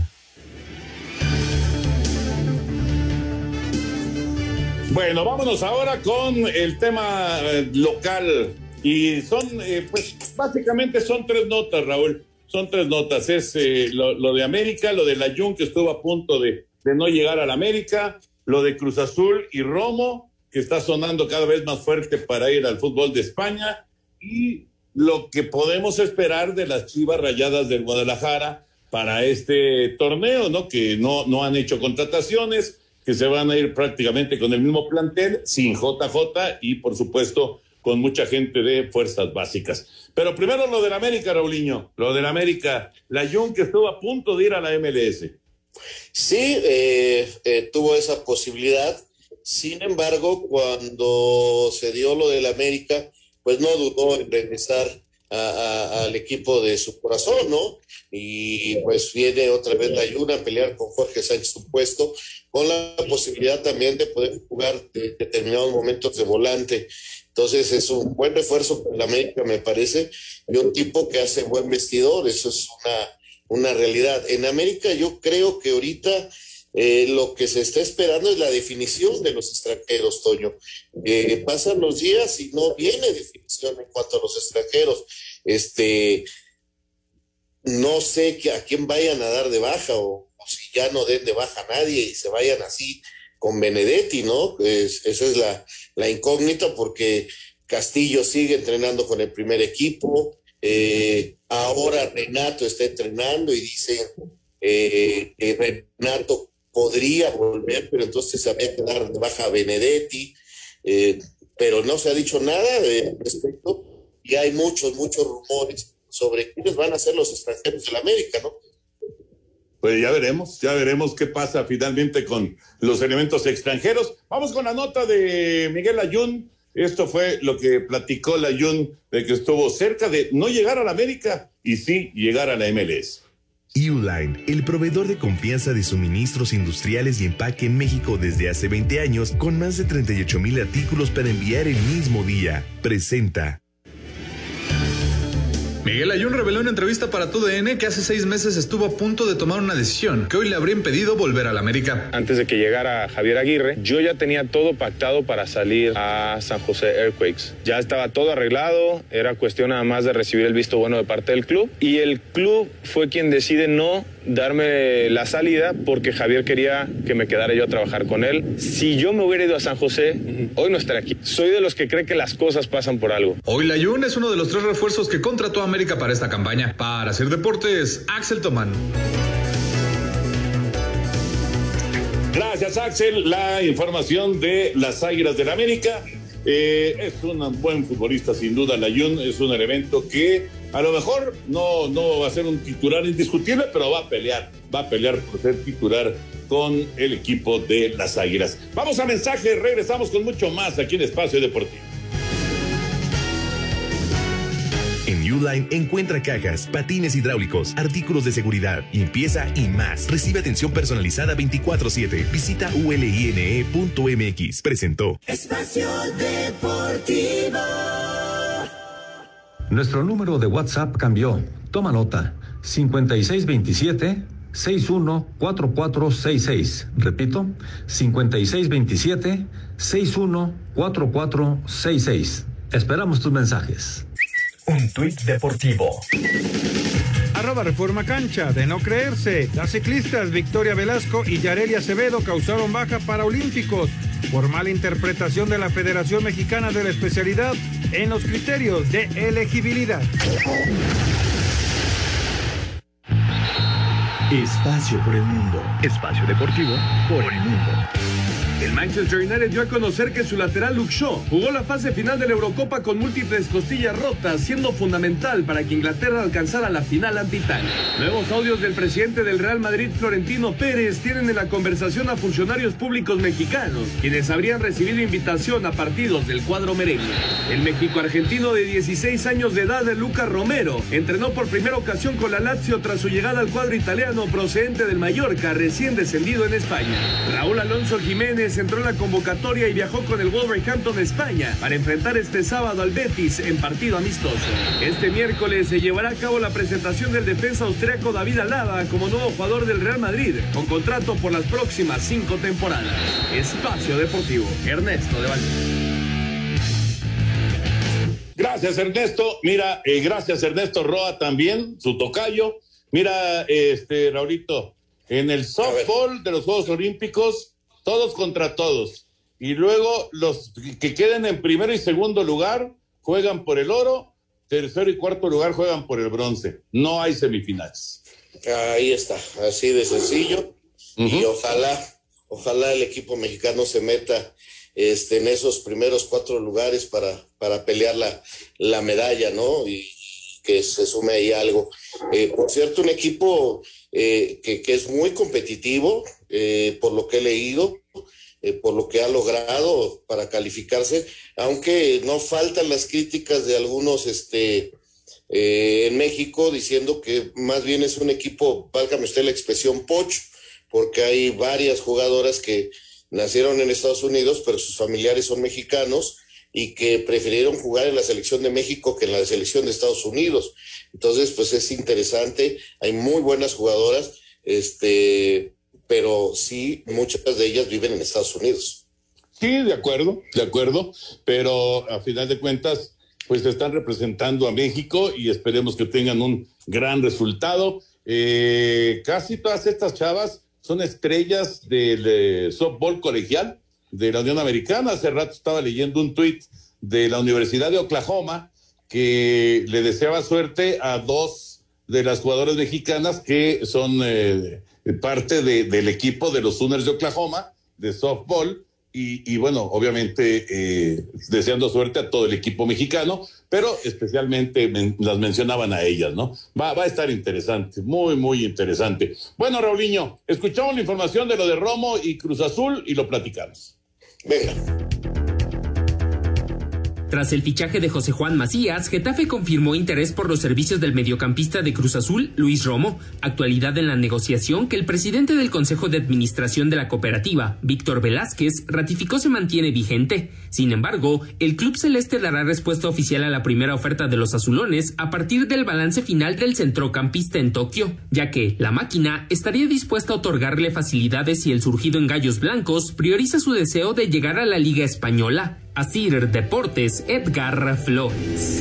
Bueno, vámonos ahora con el tema eh, local. Y son, eh, pues, básicamente son tres notas, Raúl. Son tres notas. Es eh, lo, lo de América, lo de la Jun, que estuvo a punto de, de no llegar a la América, lo de Cruz Azul y Romo, que está sonando cada vez más fuerte para ir al fútbol de España, y lo que podemos esperar de las Chivas Rayadas del Guadalajara para este torneo, ¿no? Que no, no han hecho contrataciones, que se van a ir prácticamente con el mismo plantel, sin J J y, por supuesto, con mucha gente de fuerzas básicas. Pero primero lo del América, Raulinho, lo del América, la Jun que estuvo a punto de ir a la M L S. Sí, eh, eh, tuvo esa posibilidad, Sin embargo, cuando se dio lo del América, pues no dudó en regresar a, a, al equipo de su corazón, ¿no? Y pues viene otra vez la Ayuna a pelear con Jorge Sánchez su puesto, con la posibilidad también de poder jugar de determinados momentos de volante. Entonces es un buen refuerzo para el América, me parece, y un tipo que hace buen vestidor, eso es una, una realidad. En América yo creo que ahorita eh, lo que se está esperando es la definición de los extranjeros, Toño. Eh, pasan los días y no viene definición en cuanto a los extranjeros. Este, no sé que a quién vayan a dar de baja o, o si ya no den de baja a nadie y se vayan así con Benedetti, ¿no? Es, esa es la, la incógnita, porque Castillo sigue entrenando con el primer equipo, eh, ahora Renato está entrenando y dicen eh, que Renato podría volver, pero entonces habría que dar de baja a Benedetti, eh, pero no se ha dicho nada al respecto y hay muchos, muchos rumores sobre quiénes van a ser los extranjeros de la América, ¿no? Pues ya veremos, ya veremos qué pasa finalmente con los elementos extranjeros. Vamos con la nota de Miguel Layún. Esto fue lo que platicó Layún, de que estuvo cerca de no llegar a la América y sí llegar a la M L S. Uline, el proveedor de confianza de suministros industriales y empaque en México desde hace veinte años, con más de treinta y ocho mil artículos para enviar el mismo día, presenta. Miguel Layún reveló en una entrevista para T U D N que hace seis meses estuvo a punto de tomar una decisión que hoy le habría impedido volver al América. Antes de que llegara Javier Aguirre, yo ya tenía todo pactado para salir a San José Earthquakes. Ya estaba todo arreglado, era cuestión nada más de recibir el visto bueno de parte del club. Y el club fue quien decide no darme la salida porque Javier quería que me quedara yo a trabajar con él. Si yo me hubiera ido a San José, hoy no estaría aquí. Soy de los que cree que las cosas pasan por algo. Hoy Layún es uno de los tres refuerzos que contrató a América para esta campaña. Para Hacer Deportes, Axel Tomán. Gracias, Axel. La información de las Águilas del América. Eh, es un buen futbolista, sin duda, Layún. Es un elemento que a lo mejor no, no va a ser un titular indiscutible, pero va a pelear. Va a pelear por ser titular con el equipo de las Águilas. Vamos a mensajes, regresamos con mucho más aquí en Espacio Deportivo. En Uline encuentra cajas, patines hidráulicos, artículos de seguridad, limpieza y más. Recibe atención personalizada veinticuatro siete. Visita U L I N E punto M X. Presentó Espacio Deportivo. Nuestro número de WhatsApp cambió. Toma nota. cincuenta y seis veintisiete, sesenta y uno cuarenta y cuatro sesenta y seis. Repito, cincuenta y seis veintisiete, sesenta y uno cuarenta y cuatro sesenta y seis. Esperamos tus mensajes. Un tuit deportivo. Arroba Reforma Cancha, de no creerse. Las ciclistas Victoria Velasco y Yareli Acevedo causaron baja para olímpicos por mala interpretación de la Federación Mexicana de la Especialidad en los criterios de elegibilidad. Espacio por el mundo. Espacio deportivo por el mundo. El Manchester United dio a conocer que su lateral Luke Shaw jugó la fase final de la Eurocopa con múltiples costillas rotas, siendo fundamental para que Inglaterra alcanzara la final ante Italia. Nuevos audios del presidente del Real Madrid, Florentino Pérez, tienen en la conversación a funcionarios públicos mexicanos, quienes habrían recibido invitación a partidos del cuadro merengue. El México-argentino de dieciséis años de edad, Lucas Romero, entrenó por primera ocasión con la Lazio tras su llegada al cuadro italiano procedente del Mallorca, recién descendido en España. Raúl Alonso Jiménez entró en la convocatoria y viajó con el Wolverhampton, España, para enfrentar este sábado al Betis en partido amistoso. Este miércoles se llevará a cabo la presentación del defensa austriaco David Alaba como nuevo jugador del Real Madrid, con contrato por las próximas cinco temporadas. Espacio Deportivo, Ernesto de Valdés. Gracias, Ernesto. Mira, eh, gracias, Ernesto Roa también, su tocayo. Mira, este, Raulito, en el softball de los Juegos Olímpicos, todos contra todos. Y luego los que queden en primero y segundo lugar juegan por el oro, tercero y cuarto lugar juegan por el bronce. No hay semifinales. Ahí está, así de sencillo. Uh-huh. Y ojalá, ojalá el equipo mexicano se meta este, en esos primeros cuatro lugares para, para pelear la, la medalla, ¿no? Y que se sume ahí algo. Eh, por cierto, un equipo eh, que, que es muy competitivo, eh, por lo que he leído, eh, por lo que ha logrado para calificarse, aunque no faltan las críticas de algunos este, eh, en México diciendo que más bien es un equipo, válgame usted la expresión, pocho, porque hay varias jugadoras que nacieron en Estados Unidos, pero sus familiares son mexicanos y que prefirieron jugar en la selección de México que en la selección de Estados Unidos. Entonces, pues es interesante, hay muy buenas jugadoras, este, pero sí, muchas de ellas viven en Estados Unidos. Sí, de acuerdo, de acuerdo, pero a final de cuentas, pues están representando a México y esperemos que tengan un gran resultado. Eh, casi todas estas chavas son estrellas del de softball colegial de la Unión Americana. Hace rato estaba leyendo un tuit de la Universidad de Oklahoma que le deseaba suerte a dos de las jugadoras mexicanas que son eh, parte de, del equipo de los Sooners de Oklahoma de softball y, y bueno, obviamente eh, deseando suerte a todo el equipo mexicano, pero especialmente men- las mencionaban a ellas, ¿no? Va, va a estar interesante, muy, muy interesante. Bueno, Raulinho, escuchamos la información de lo de Romo y Cruz Azul y lo platicamos. Venga. Tras el fichaje de José Juan Macías, Getafe confirmó interés por los servicios del mediocampista de Cruz Azul, Luis Romo, actualidad en la negociación que el presidente del Consejo de Administración de la cooperativa, Víctor Velázquez, ratificó se mantiene vigente. Sin embargo, el club celeste dará respuesta oficial a la primera oferta de los azulones a partir del balance final del centrocampista en Tokio, ya que la máquina estaría dispuesta a otorgarle facilidades si el surgido en Gallos Blancos prioriza su deseo de llegar a la Liga Española. Asir Deportes, Edgar Flores.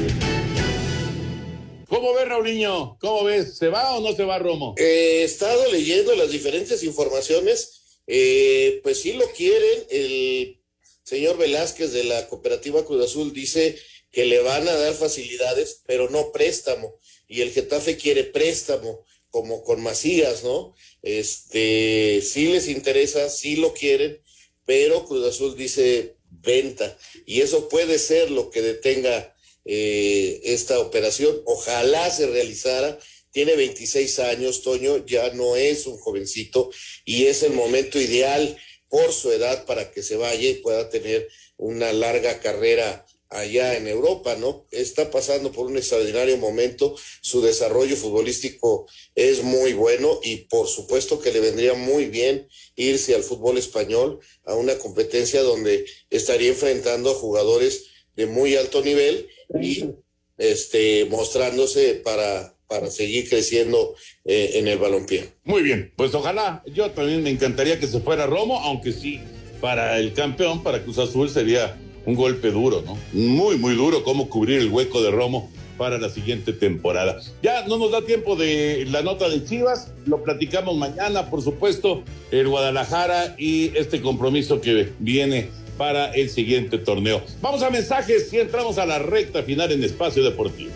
¿Cómo ves, Raulinho? ¿Cómo ves? ¿Se va o no se va Romo? Eh, he estado leyendo las diferentes informaciones, eh, pues sí lo quieren. El señor Velázquez de la cooperativa Cruz Azul dice que le van a dar facilidades, pero no préstamo, y el Getafe quiere préstamo, como con Macías, ¿no? Este, sí les interesa, sí lo quieren, pero Cruz Azul dice venta, y eso puede ser lo que detenga eh, esta operación. Ojalá se realizara. Tiene veintiséis años, Toño, ya no es un jovencito y es el momento ideal por su edad para que se vaya y pueda tener una larga carrera allá en Europa, ¿no? Está pasando por un extraordinario momento, su desarrollo futbolístico es muy bueno y por supuesto que le vendría muy bien irse al fútbol español, a una competencia donde estaría enfrentando a jugadores de muy alto nivel y este mostrándose para, para seguir creciendo eh, en el balompié. Muy bien, pues ojalá, yo también me encantaría que se fuera Romo, aunque sí, para el campeón, para Cruz Azul sería un golpe duro, ¿no? Muy, muy duro cómo cubrir el hueco de Romo para la siguiente temporada. Ya no nos da tiempo de la nota de Chivas, lo platicamos mañana, por supuesto, el Guadalajara y este compromiso que viene para el siguiente torneo. Vamos a mensajes y entramos a la recta final en Espacio Deportivo.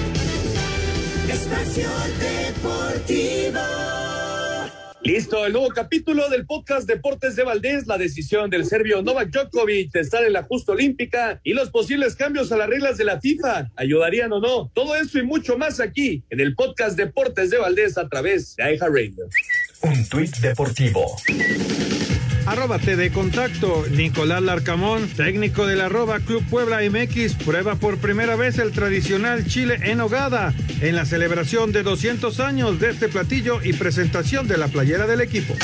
Espacio Deportivo. Listo, el nuevo capítulo del podcast Deportes de Valdés, la decisión del serbio Novak Djokovic de estar en la justa olímpica y los posibles cambios a las reglas de la FIFA, ¿ayudarían o no? Todo eso y mucho más aquí, en el podcast Deportes de Valdés a través de iHeartRadio. Un tuit deportivo. Arroba T D Contacto. Nicolás Larcamón, técnico del arroba Club Puebla M X, prueba por primera vez el tradicional chile en nogada en la celebración de doscientos años de este platillo y presentación de la playera del equipo.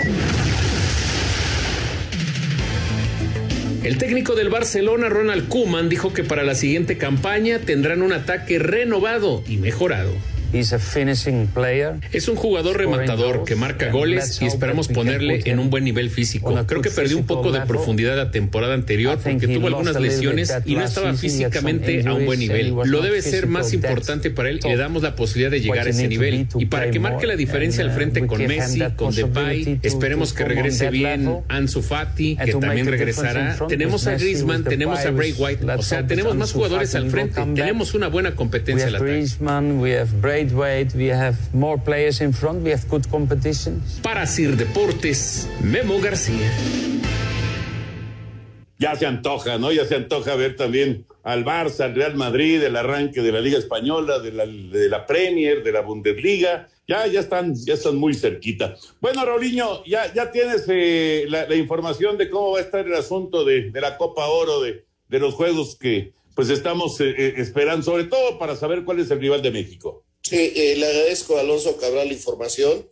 El técnico del Barcelona, Ronald Koeman, dijo que para la siguiente campaña tendrán un ataque renovado y mejorado. He's a finishing player. Es un jugador rematador que marca goles y esperamos ponerle en un buen nivel físico. Creo que perdió un poco de profundidad la temporada anterior porque tuvo algunas lesiones y no estaba físicamente a un buen nivel. Lo debe ser más importante para él y le damos la posibilidad de llegar a ese nivel. Y para que marque la diferencia al frente con Messi, con Depay, esperemos que regrese bien Ansu Fati, que también regresará. Tenemos a Griezmann, tenemos a Bray White, o sea, tenemos más jugadores al frente. Tenemos una buena competencia al ataque. We have more players in front. We have good competition. Para Sir Deportes, Memo García. ya se antoja, ¿no? Ya se antoja ver también al Barça, al Real Madrid, el arranque de la Liga Española, de la, de la Premier, de la Bundesliga. Ya, ya están, ya están muy cerquita. Bueno, Raulinho, ya, ya tienes eh, la, la información de cómo va a estar el asunto de, de la Copa Oro, de, de los juegos que pues estamos eh, esperando, sobre todo para saber cuál es el rival de México. Sí, eh, le agradezco a Alonso Cabral la información.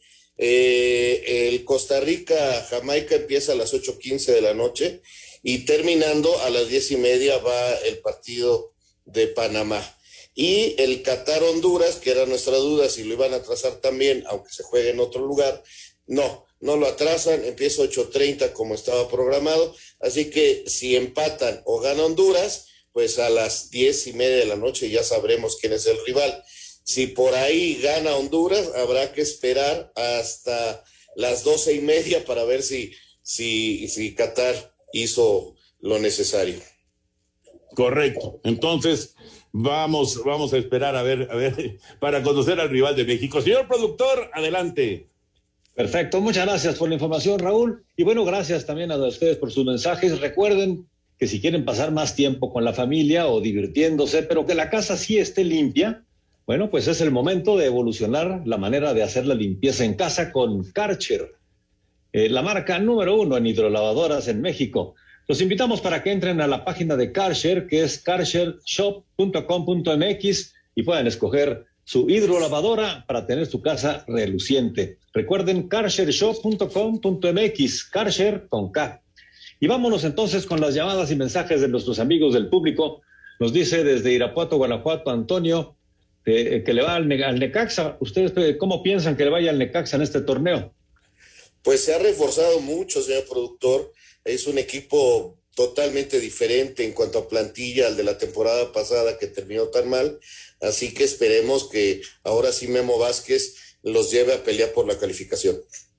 Eh, el Costa Rica-Jamaica empieza a las ocho quince de la noche y terminando a las diez y media va el partido de Panamá. Y el Qatar-Honduras, que era nuestra duda si lo iban a atrasar también, aunque se juegue en otro lugar, no, no lo atrasan, empieza ocho treinta como estaba programado, así que si empatan o gana Honduras, pues a las diez y media de la noche ya sabremos quién es el rival. Si por ahí gana Honduras, habrá que esperar hasta las doce y media para ver si, si, si Qatar hizo lo necesario. Correcto. Entonces, vamos, vamos a esperar a ver, a ver, para conocer al rival de México. Señor productor, adelante. Perfecto, muchas gracias por la información, Raúl. Y bueno, gracias también a ustedes por sus mensajes. Recuerden que si quieren pasar más tiempo con la familia o divirtiéndose, pero que la casa sí esté limpia, bueno, pues es el momento de evolucionar la manera de hacer la limpieza en casa con Karcher, eh, la marca número uno en hidrolavadoras en México. Los invitamos para que entren a la página de Karcher, que es karcher shop punto com punto m x, y puedan escoger su hidrolavadora para tener su casa reluciente. Recuerden, karcher shop punto com punto m x, Karcher con K. Y vámonos entonces con las llamadas y mensajes de nuestros amigos del público. Nos dice desde Irapuato, Guanajuato, Antonio, eh, que le va al, ne- al Necaxa. ¿Ustedes cómo piensan que le vaya al Necaxa en este torneo? Pues se ha reforzado mucho, señor productor. Es un equipo totalmente diferente en cuanto a plantilla al de la temporada pasada que terminó tan mal. Así que esperemos que ahora sí Memo Vázquez los lleve a pelear por la calificación.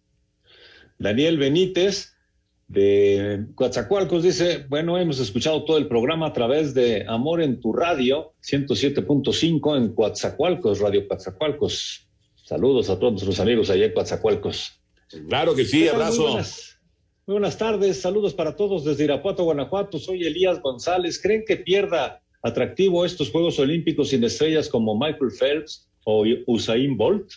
Daniel Benítez de Coatzacoalcos dice, bueno, hemos escuchado todo el programa a través de Amor en tu Radio, ciento siete punto cinco en Coatzacoalcos, Radio Coatzacoalcos. Saludos a todos nuestros amigos allá en Coatzacoalcos. Claro que sí, abrazo. Muy buenas, muy buenas tardes, saludos para todos desde Irapuato, Guanajuato. Soy Elías González. ¿Creen que pierda atractivo estos Juegos Olímpicos sin estrellas como Michael Phelps o Usain Bolt?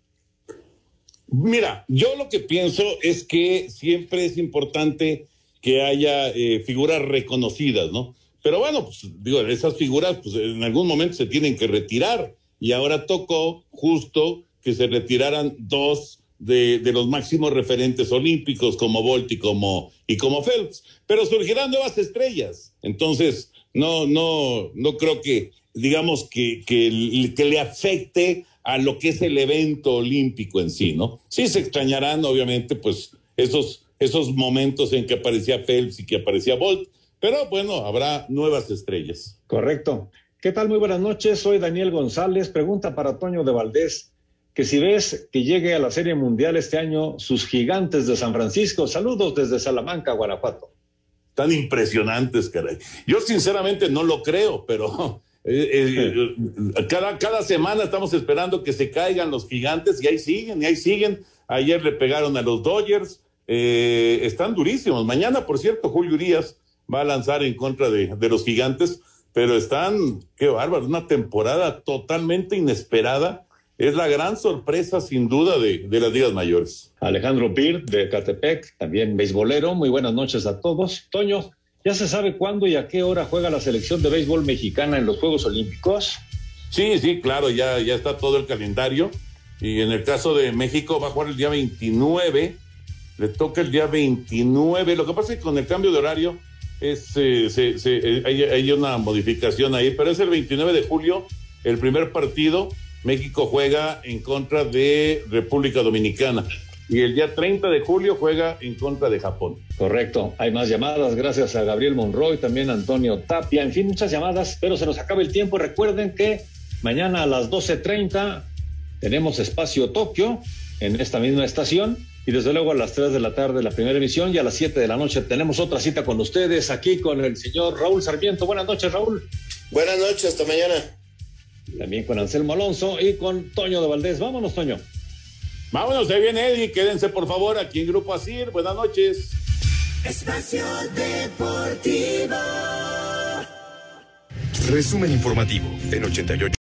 Mira, yo lo que pienso es que siempre es importante que haya eh, figuras reconocidas, ¿no? Pero bueno, pues digo, esas figuras pues en algún momento se tienen que retirar y ahora tocó justo que se retiraran dos de, de los máximos referentes olímpicos como Bolt y como, y como Phelps, pero surgirán nuevas estrellas. Entonces, no, no, no creo que, digamos, que, que, que le afecte a lo que es el evento olímpico en sí, ¿no? Sí se extrañarán, obviamente, pues, esos, esos momentos en que aparecía Phelps y que aparecía Bolt, pero bueno, habrá nuevas estrellas. Correcto. ¿Qué tal? Muy buenas noches, soy Daniel González. Pregunta para Toño de Valdés, que si ves que llegue a la Serie Mundial este año sus Gigantes de San Francisco. Saludos desde Salamanca, Guanajuato. Tan impresionantes, caray. Yo sinceramente no lo creo, pero... Eh, eh, cada, cada semana estamos esperando que se caigan los Gigantes y ahí siguen, y ahí siguen. Ayer le pegaron a los Dodgers, eh, están durísimos. Mañana, por cierto, Julio Urias va a lanzar en contra de, de los Gigantes, pero están, qué bárbaro, una temporada totalmente inesperada. Es la gran sorpresa, sin duda, de, de las ligas mayores. Alejandro Pir, de Catepec, también beisbolero. Muy buenas noches a todos. Toño, ¿ya se sabe cuándo y a qué hora juega la selección de béisbol mexicana en los Juegos Olímpicos? Sí, sí, claro, ya, ya está todo el calendario. Y en el caso de México va a jugar el día veintinueve, le toca el día veintinueve. Lo que pasa es que con el cambio de horario es, eh, se, se, eh, hay, hay una modificación ahí, pero es el veintinueve de julio, el primer partido. México juega en contra de República Dominicana. Y el día treinta de julio juega en contra de Japón. Correcto. Hay más llamadas, gracias a Gabriel Monroy, también a Antonio Tapia, en fin, muchas llamadas, pero se nos acaba el tiempo. Recuerden que mañana a las doce treinta tenemos Espacio Tokio en esta misma estación, y desde luego a las tres de la tarde la primera emisión, y a las siete de la noche tenemos otra cita con ustedes aquí con el señor Raúl Sarmiento. Buenas noches, Raúl. Buenas noches, hasta mañana. También con Anselmo Alonso y con Toño de Valdés. Vámonos, Toño. Vámonos, ahí viene Eddie, quédense por favor aquí en Grupo Asir, buenas noches. Espacio Deportivo. Resumen informativo en ochenta y ocho.